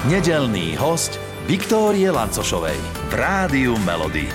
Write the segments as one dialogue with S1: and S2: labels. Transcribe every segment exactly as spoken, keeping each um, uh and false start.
S1: Nedeľný hosť Viktórie Lancošovej v Rádiu Melody.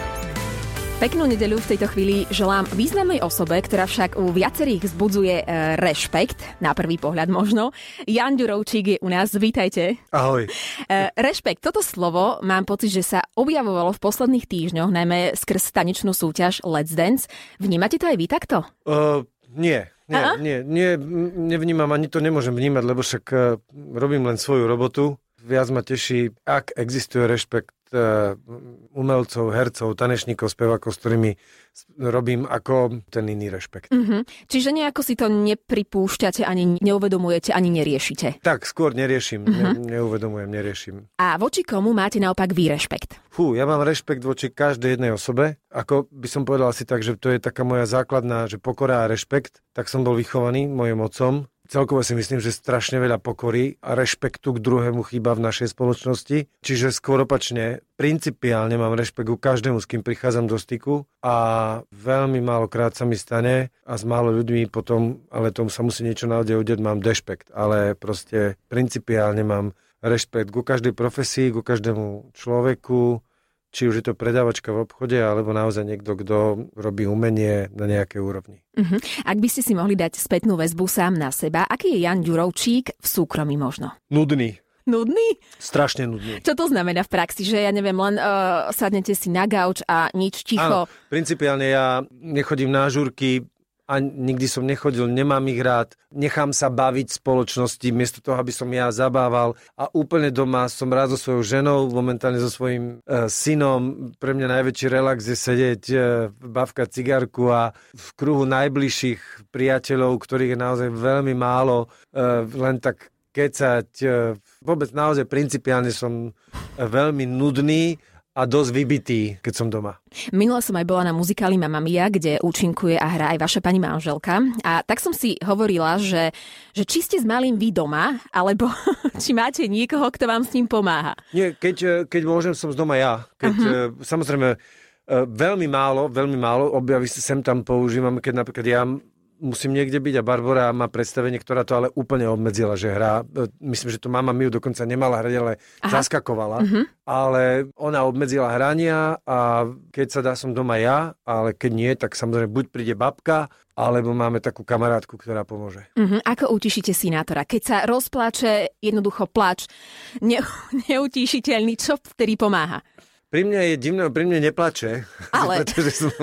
S2: Peknú nedeľu v tejto chvíli želám významnej osobe, ktorá však u viacerých vzbudzuje e, rešpekt, na prvý pohľad možno. Jan Ďurovčík je u nás, vítajte.
S3: Ahoj.
S2: E, rešpekt, toto slovo mám pocit, že sa objavovalo v posledných týždňoch, najmä skrz tanečnú súťaž Let's Dance. Vnímate to aj vy takto?
S3: Uh, nie, nie,
S2: Aha.
S3: nie, nie, nevnímam, ani to nemôžem vnímať, lebo však uh, robím len svoju robotu. Viac ma teší, ak existuje rešpekt uh, umelcov, hercov, tanečníkov, spevákov, s ktorými robím, ako ten iný rešpekt.
S2: Uh-huh. Čiže nejako si to nepripúšťate, ani neuvedomujete, ani neriešite?
S3: Tak, skôr neriešim,
S2: uh-huh.
S3: ne, neuvedomujem, neriešim.
S2: A voči komu máte naopak vy rešpekt?
S3: Fú, ja mám rešpekt voči každej jednej osobe. Ako by som povedal asi tak, že to je taká moja základná, že pokora a rešpekt. Tak som bol vychovaný mojim otcom. Celkovo si myslím, že strašne veľa pokory a rešpektu k druhému chýba v našej spoločnosti. Čiže skôr opačne, principiálne mám rešpekt ku každému, s kým prichádzam do styku a veľmi málokrát sa mi stane a s málo ľuďmi potom, ale tomu sa musí niečo naozaj udiať, mám dešpekt. Ale proste principiálne mám rešpekt ku každej profesii, ku každému človeku, či už je to predávačka v obchode, alebo naozaj niekto, kto robí umenie na nejakej úrovni.
S2: Uh-huh. Ak by ste si mohli dať spätnú väzbu sám na seba, aký je Jan Ďurovčík v súkromí možno?
S3: Nudný.
S2: Nudný?
S3: Strašne nudný.
S2: Čo to znamená v praxi? Že ja neviem, len uh, sadnete si na gauč a nič ticho?
S3: Áno, principiálne ja nechodím na žúrky, a nikdy som nechodil, nemám ich rád, nechám sa baviť v spoločnosti, miesto toho, aby som ja zabával a úplne doma som rád so svojou ženou, momentálne so svojím e, synom. Pre mňa najväčší relax je sedieť, e, bavkať cigárku a v kruhu najbližších priateľov, ktorých je naozaj veľmi málo, e, len tak kecať. E, vôbec naozaj principiálne som veľmi nudný a dosť vybitý, keď som doma.
S2: Minule som aj bola na muzikáli Mamma Mia, kde účinkuje a hrá aj vaša pani manželka. A tak som si hovorila, že, že či ste s malým vy doma, alebo či máte niekoho, kto vám s ním pomáha.
S3: Nie, keď, keď môžem, som z doma ja. Keď, uh-huh. Samozrejme, veľmi málo, veľmi málo, objavy sem tam používam, keď napríklad ja musím niekde byť a Barbora má predstavenie, ktorá to ale úplne obmedzila, že hrá. Myslím, že to Mamma Miu dokonca nemala hrať, ale Aha. zaskakovala. Uh-huh. Ale ona obmedzila hrania a keď sa dá, som doma ja, ale keď nie, tak samozrejme buď príde babka, alebo máme takú kamarátku, ktorá pomôže.
S2: Uh-huh. Ako utíšite synátora? Keď sa rozpláče, jednoducho plač, ne- neutíšiteľný, čo vtedy pomáha?
S3: Pri mne je divné, pri mne neplače.
S2: Ale...
S3: som...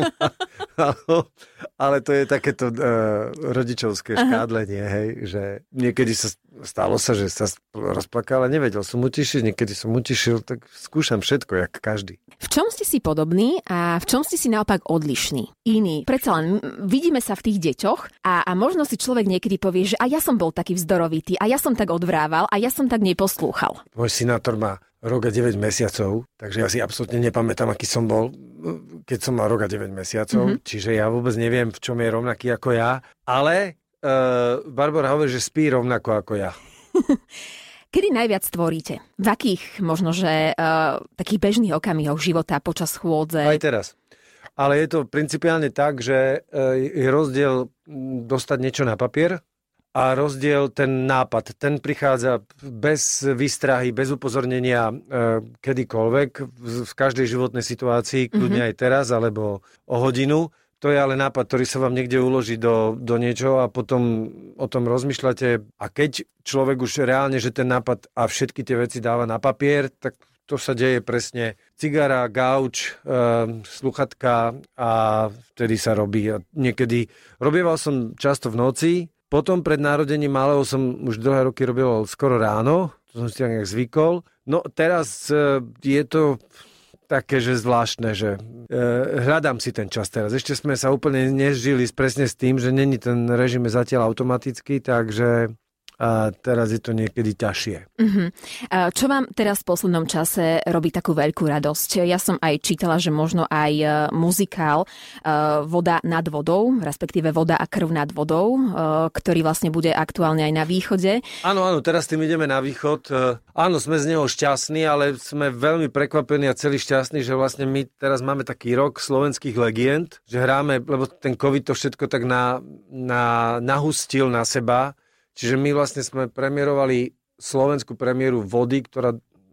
S3: ale to je takéto uh, rodičovské škádlenie, hej, že niekedy sa stalo sa, že sa rozplakal a nevedel som utišiť, niekedy som utišil, tak skúšam všetko, jak každý.
S2: V čom ste si podobní a v čom ste si naopak odlišní? Iní. Predsa len vidíme sa v tých deťoch a, a možno si človek niekedy povie, že a ja som bol taký vzdorovitý a ja som tak odvrával a ja som tak neposlúchal.
S3: Môj synátor má rok a deväť mesiacov, takže ja si absolútne nepamätám, aký som bol, keď som mal rok a deväť mesiacov, mm-hmm. čiže ja vôbec neviem, v čom je rovnaký ako ja, ale uh, Barbara hovorí, že spí rovnako ako ja.
S2: Kedy najviac tvoríte? V akých možno, že uh, takých bežných okamihoch života počas chôdze?
S3: Aj teraz. Ale je to principiálne tak, že uh, je rozdiel dostať niečo na papier a rozdiel ten nápad. Ten prichádza bez výstrahy, bez upozornenia e, kedykoľvek, v, v každej životnej situácii, kľudne mm-hmm. aj teraz, alebo o hodinu. To je ale nápad, ktorý sa vám niekde uloží do, do niečoho a potom o tom rozmýšľate. A keď človek už reálne, že ten nápad a všetky tie veci dáva na papier, tak to sa deje presne. Cigara, gauč, e, sluchatka a vtedy sa robí. A niekedy robieval som často v noci. Potom pred narodením malého som už dlhé roky robil skoro ráno, to som si tak nejak zvykol. No teraz e, je to také, že zvláštne, že e, hľadám si ten čas teraz. Ešte sme sa úplne nežili presne s tým, že není ten režim zatiaľ automatický, takže a teraz je to niekedy ťažšie.
S2: Uh-huh. Čo vám teraz v poslednom čase robí takú veľkú radosť? Ja som aj čítala, že možno aj muzikál Voda nad vodou, respektíve Voda a krv nad vodou, ktorý vlastne bude aktuálne aj na východe.
S3: Áno, áno, teraz tým ideme na východ. Áno, sme z neho šťastní, ale sme veľmi prekvapení a celý šťastní, že vlastne my teraz máme taký rok slovenských legend, že hráme, lebo ten COVID to všetko tak na, na, nahustil na seba. Čiže my vlastne sme premiérovali slovenskú premiéru Vody, ktorá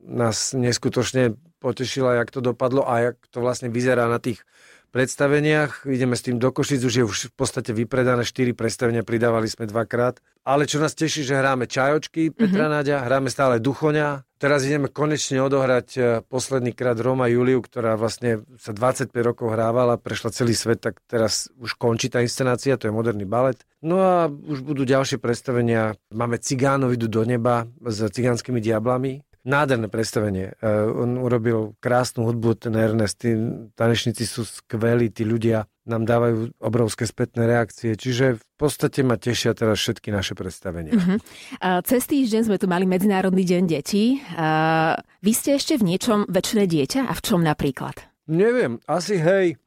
S3: nás neskutočne potešila, jak to dopadlo a jak to vlastne vyzerá na tých predstaveniach. Ideme s tým do Košic, už je už v podstate vypredané štyri predstavenia, pridávali sme dvakrát. Ale čo nás teší, že hráme Čajočky Petra mm-hmm. Náďa, hráme stále Duchoňa. Teraz ideme konečne odohrať posledný krát Roma Juliu, ktorá vlastne sa dvadsaťpäť rokov hrávala, prešla celý svet, tak teraz už končí tá inscenácia, to je moderný balet. No a už budú ďalšie predstavenia. Máme Cigánov idú do neba s cigánskymi diablami. Nádherné predstavenie. Uh, on urobil krásnu hudbu, ten Ernest, tí tanečníci sú skvelí, tí ľudia nám dávajú obrovské spätné reakcie, čiže v podstate ma tešia teraz všetky naše predstavenia. Uh-huh.
S2: Uh, cez týždeň sme tu mali Medzinárodný deň detí. Uh, vy ste ešte v niečom väčšie dieťa a v čom napríklad?
S3: Neviem, asi hej.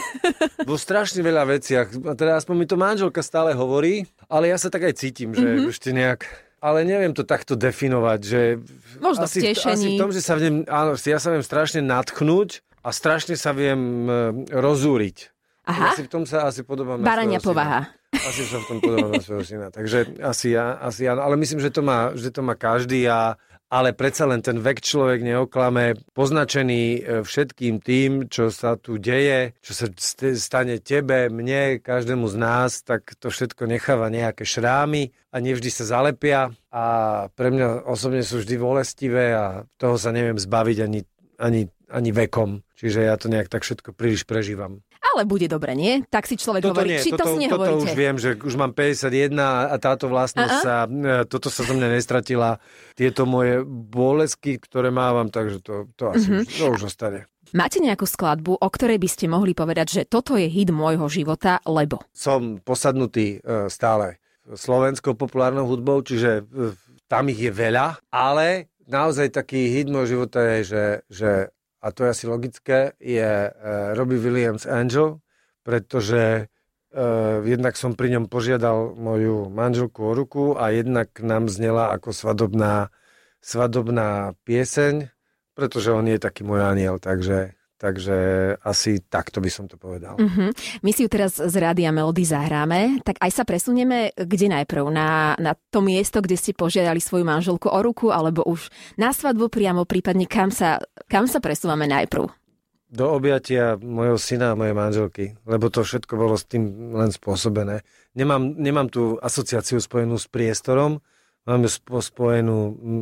S3: Vo strašne veľa veciach. Teda aspoň mi to manželka stále hovorí, ale ja sa tak aj cítim, že uh-huh. ešte nejak... Ale neviem to takto definovať, že...
S2: Možno
S3: asi,
S2: vtešení.
S3: Asi v tom, že sa viem, áno, ja sa viem strašne nadchnúť a strašne sa viem rozúriť.
S2: Aha.
S3: Asi v tom sa asi podobám
S2: Barania
S3: na svojho
S2: povaha.
S3: syna. Asi sa v tom podobám na svojho syna. Takže asi ja, asi ja. Ale myslím, že to má, že to má každý a ale predsa len ten vek človek neoklame, poznačený všetkým tým, čo sa tu deje, čo sa stane tebe, mne, každému z nás, tak to všetko necháva nejaké šrámy a nevždy sa zalepia a pre mňa osobne sú vždy bolestivé a toho sa neviem zbaviť ani, ani, ani vekom. Čiže ja to nejak tak všetko príliš prežívam.
S2: Ale bude dobre, nie? Tak si človek
S3: toto
S2: hovorí.
S3: Nie,
S2: Či
S3: toto,
S2: to si nehovoríte?
S3: Toto už viem, že už mám päťdesiatjeden a táto vlastnosť sa, toto sa zo mňa nestratila. Tieto moje bolesky, ktoré mávam, takže to, to asi mm-hmm. už, to už ostane.
S2: Máte nejakú skladbu, o ktorej by ste mohli povedať, že toto je hit môjho života, lebo? Som
S3: posadnutý uh, stále slovenskou populárnou hudbou, čiže uh, tam ich je veľa, ale naozaj taký hit môjho života je, že, že a to je asi logické, je uh, Robbie Williams Angel, pretože uh, jednak som pri ňom požiadal moju manželku o ruku a jednak nám znela ako svadobná, svadobná pieseň, pretože on je taký môj aniel, takže, takže asi takto by som to povedal.
S2: Uh-huh. My si ju teraz z Rádia Melody zahráme, tak aj sa presunieme kde najprv? Na, na to miesto, kde ste požiadali svoju manželku o ruku, alebo už na svadbu priamo, prípadne kam sa, kam sa presúvame najprv?
S3: Do objatia mojho syna a mojej manželky, lebo to všetko bolo s tým len spôsobené. Nemám, nemám tú asociáciu spojenú s priestorom, mám ju spojenú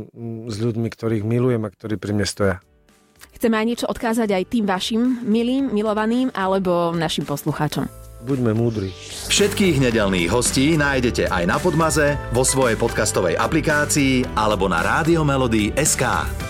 S3: s ľuďmi, ktorých milujem a ktorí pri mne stoja.
S2: Chceme aj niečo odkázať aj tým vašim milým, milovaným alebo našim poslucháčom?
S3: Buďme múdri.
S1: Všetkých nedeľných hostí nájdete aj na Podmaze, vo svojej podcastovej aplikácii alebo na radiomelody bodka es ká.